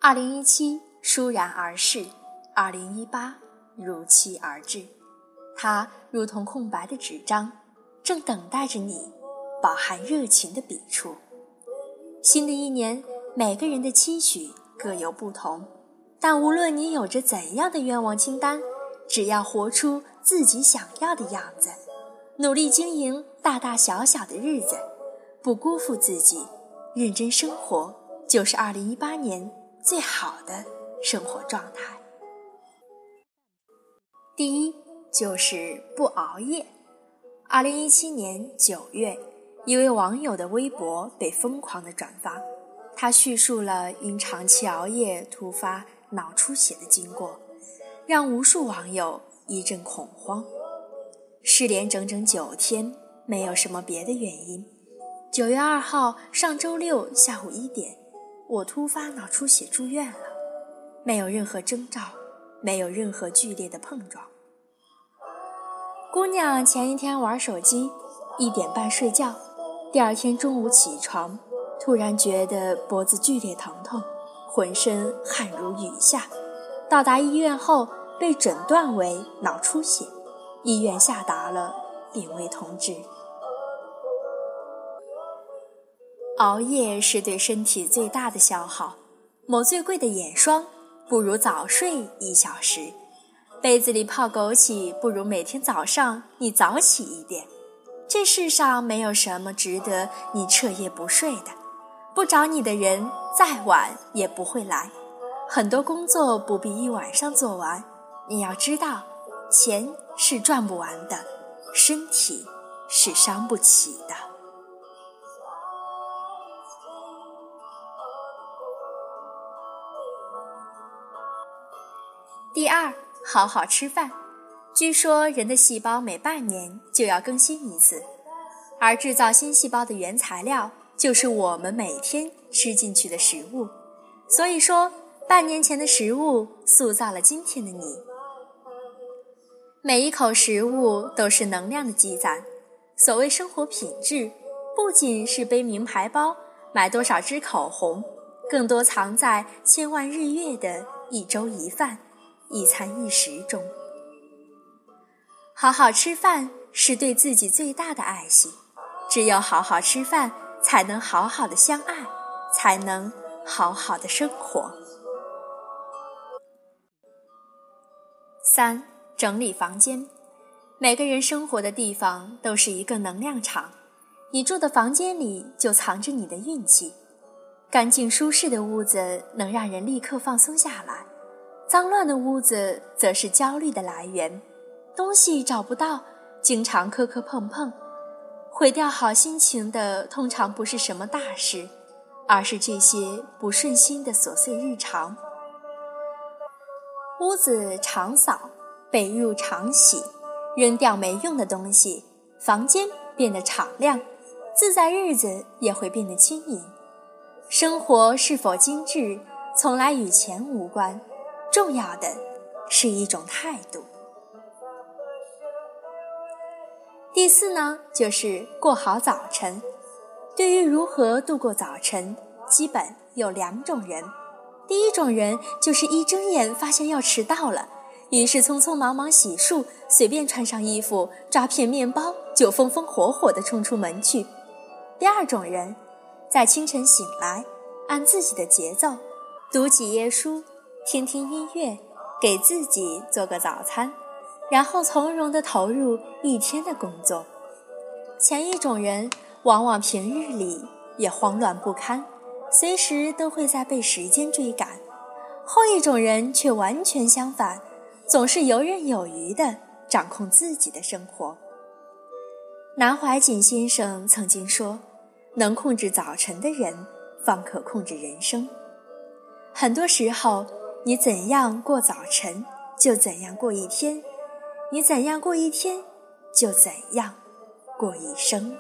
2017倏然而逝，2018如期而至。它如同空白的纸张，正等待着你饱含热情的笔触。新的一年，每个人的期许各有不同，但无论你有着怎样的愿望清单，只要活出自己想要的样子，努力经营大大小小的日子，不辜负自己，认真生活，就是2018年最好的生活状态。第一，就是不熬夜。2017年9月，一位网友的微博被疯狂地转发，他叙述了因长期熬夜突发脑出血的经过，让无数网友一阵恐慌。失联整整9天，没有什么别的原因。9月2号上周六下午1点，我突发脑出血住院了，没有任何征兆，没有任何剧烈的碰撞。姑娘前一天玩手机，1点半睡觉，第二天中午起床，突然觉得脖子剧烈疼痛，浑身汗如雨下。到达医院后被诊断为脑出血，医院下达了病危通知。熬夜是对身体最大的消耗，抹最贵的眼霜不如早睡1小时，被子里泡枸杞不如每天早上你早起1点。这世上没有什么值得你彻夜不睡的，不找你的人再晚也不会来。很多工作不必一晚上做完，你要知道，钱是赚不完的，身体是伤不起的。第二，好好吃饭。据说人的细胞每半年就要更新一次，而制造新细胞的原材料就是我们每天吃进去的食物。所以说，半年前的食物塑造了今天的你。每一口食物都是能量的积攒。所谓生活品质，不仅是背名牌包，买多少支口红，更多藏在千万日月的一粥一饭，一餐一食中。好好吃饭是对自己最大的爱惜，只有好好吃饭，才能好好的相爱，才能好好的生活。3. 整理房间。每个人生活的地方都是一个能量场，你住的房间里就藏着你的运气。干净舒适的屋子能让人立刻放松下来，脏乱的屋子则是焦虑的来源。东西找不到，经常磕磕碰碰，毁掉好心情的通常不是什么大事，而是这些不顺心的琐碎日常。屋子常扫，被褥常洗，扔掉没用的东西，房间变得敞亮，自在日子也会变得轻盈。生活是否精致，从来与钱无关，重要的是一种态度。第4呢，就是过好早晨。对于如何度过早晨，基本有2种人。第一种人就是一睁眼发现要迟到了，于是匆匆忙忙洗漱，随便穿上衣服，抓片面包就风风火火地冲出门去。第二种人，在清晨醒来，按自己的节奏，读几页书，听听音乐，给自己做个早餐，然后从容地投入一天的工作。前一种人往往平日里也慌乱不堪，随时都会在被时间追赶。后一种人却完全相反，总是游刃有余地掌控自己的生活。南怀瑾先生曾经说，能控制早晨的人，方可控制人生。很多时候，你怎样过早晨，就怎样过一天；你怎样过一天，就怎样过一生。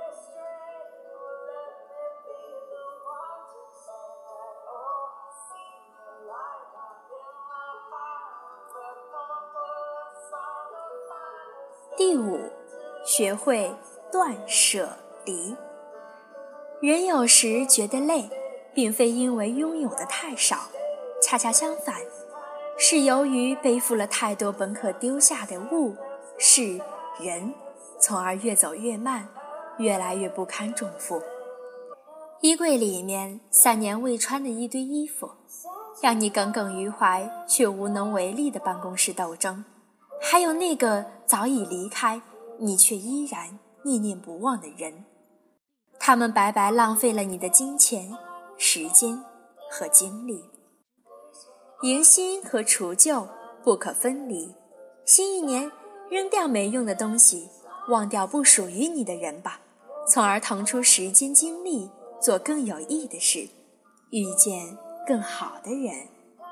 第5，学会断舍离。人有时觉得累，并非因为拥有的太少， 恰恰相反，是由于背负了太多本可丢下的物、事、人，从而越走越慢，越来越不堪重负。衣柜里面3年未穿的一堆衣服，让你耿耿于怀却无能为力的办公室斗争，还有那个早已离开你却依然念念不忘的人，他们白白浪费了你的金钱、时间和精力。迎新和除旧不可分离，新一年扔掉没用的东西，忘掉不属于你的人吧，从而腾出时间精力做更有益的事，遇见更好的人。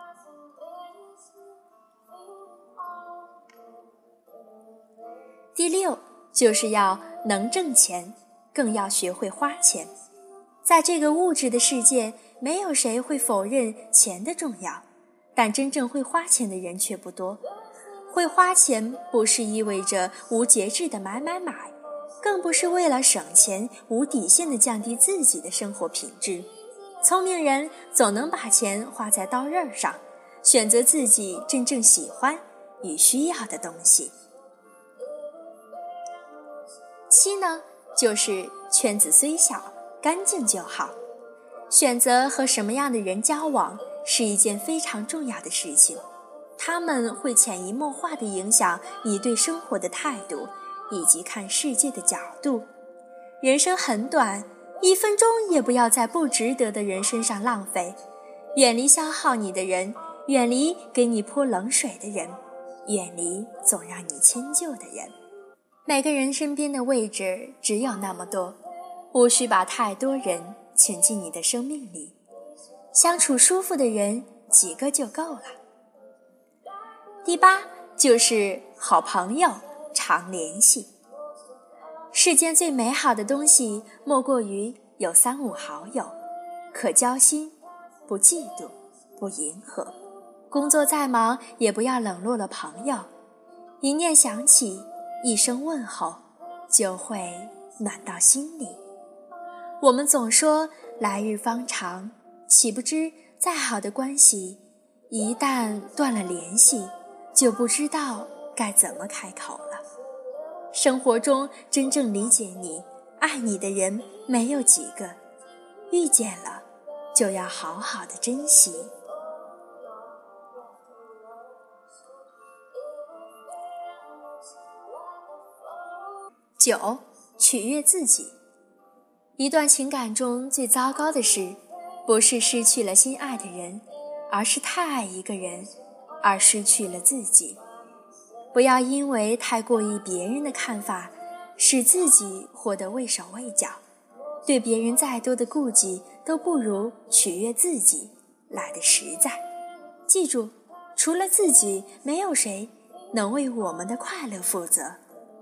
第6，就是要能挣钱，更要学会花钱。在这个物质的世界，没有谁会否认钱的重要，但真正会花钱的人却不多。会花钱不是意味着无节制的买，更不是为了省钱无底线地降低自己的生活品质。聪明人总能把钱花在刀刃上，选择自己真正喜欢与需要的东西。7呢，就是圈子虽小，干净就好。选择和什么样的人交往是一件非常重要的事情，他们会潜移默化地影响你对生活的态度以及看世界的角度。人生很短，1分钟也不要在不值得的人身上浪费。远离消耗你的人，远离给你泼冷水的人，远离总让你迁就的人。每个人身边的位置只有那么多，无需把太多人请进你的生命里，相处舒服的人几个就够了。第8，就是好朋友常联系。世间最美好的东西莫过于有3、5好友，可交心，不嫉妒，不迎合。工作再忙也不要冷落了朋友，一念想起，一声问候，就会暖到心里。我们总说来日方长，岂不知再好的关系，一旦断了联系，就不知道该怎么开口了。生活中真正理解你、爱你的人没有几个，遇见了就要好好的珍惜。9，取悦自己。一段情感中最糟糕的事，不是失去了心爱的人，而是太爱一个人而失去了自己。不要因为太过于别人的看法，使自己活得畏手畏脚。对别人再多的顾忌，都不如取悦自己来得实在。记住，除了自己，没有谁能为我们的快乐负责。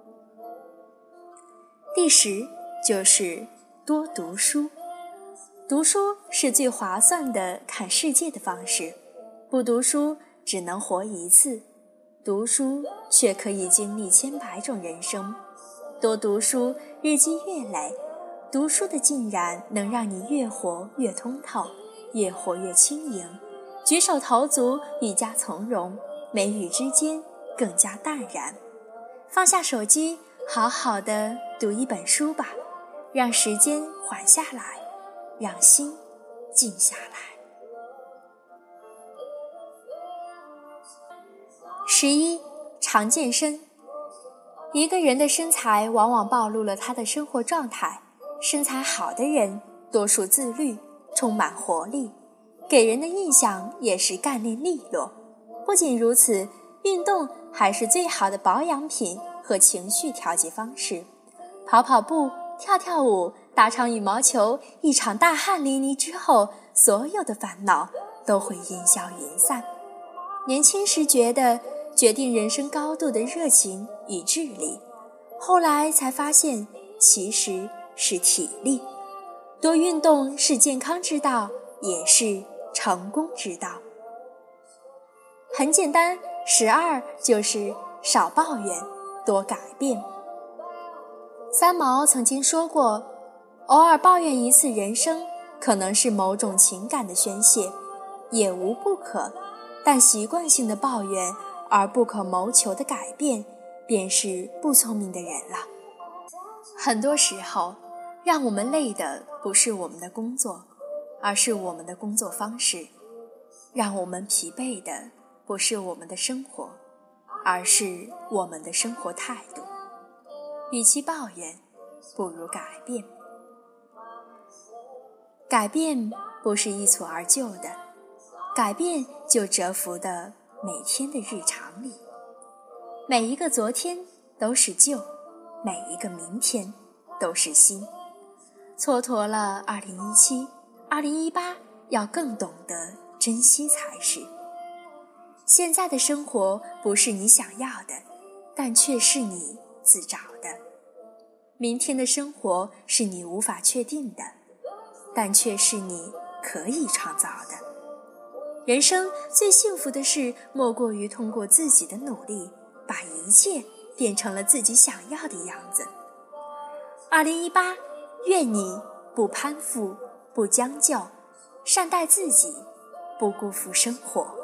第10，就是多读书。读书是最划算的看世界的方式，不读书只能活一次，读书却可以经历千百种人生。多读书，日积月累，读书的浸染能让你越活越通透，越活越轻盈，举手投足愈加从容，眉宇之间更加淡然。放下手机，好好的读一本书吧，让时间缓下来，让心静下来。11，常健身。一个人的身材往往暴露了他的生活状态，身材好的人多数自律，充满活力，给人的印象也是干练利落。不仅如此，运动还是最好的保养品和情绪调节方式。跑跑步，跳跳舞，打场羽毛球，一场大汗淋漓之后，所有的烦恼都会烟消云散。年轻时觉得决定人生高度的热情与智力，后来才发现其实是体力。多运动是健康之道，也是成功之道。很简单，12就是少抱怨，多改变。三毛曾经说过，偶尔抱怨一次人生，可能是某种情感的宣泄。 也无不可，但习惯性的抱怨而不可谋求的改变，便是不聪明的人了。很多时候，让我们累的不是我们的工作，而是我们的工作方式；让我们疲惫的不是我们的生活，而是我们的生活态度。与其抱怨，不如改变。改变不是一蹴而就的，改变就蛰伏的每天的日常里。每一个昨天都是旧，每一个明天都是新。蹉跎了2017、2018，要更懂得珍惜才是。现在的生活不是你想要的，但却是你自找的。明天的生活是你无法确定的，但却是你可以创造的。人生最幸福的事，莫过于通过自己的努力，把一切变成了自己想要的样子。2018，愿你不攀附，不将就，善待自己，不辜负生活。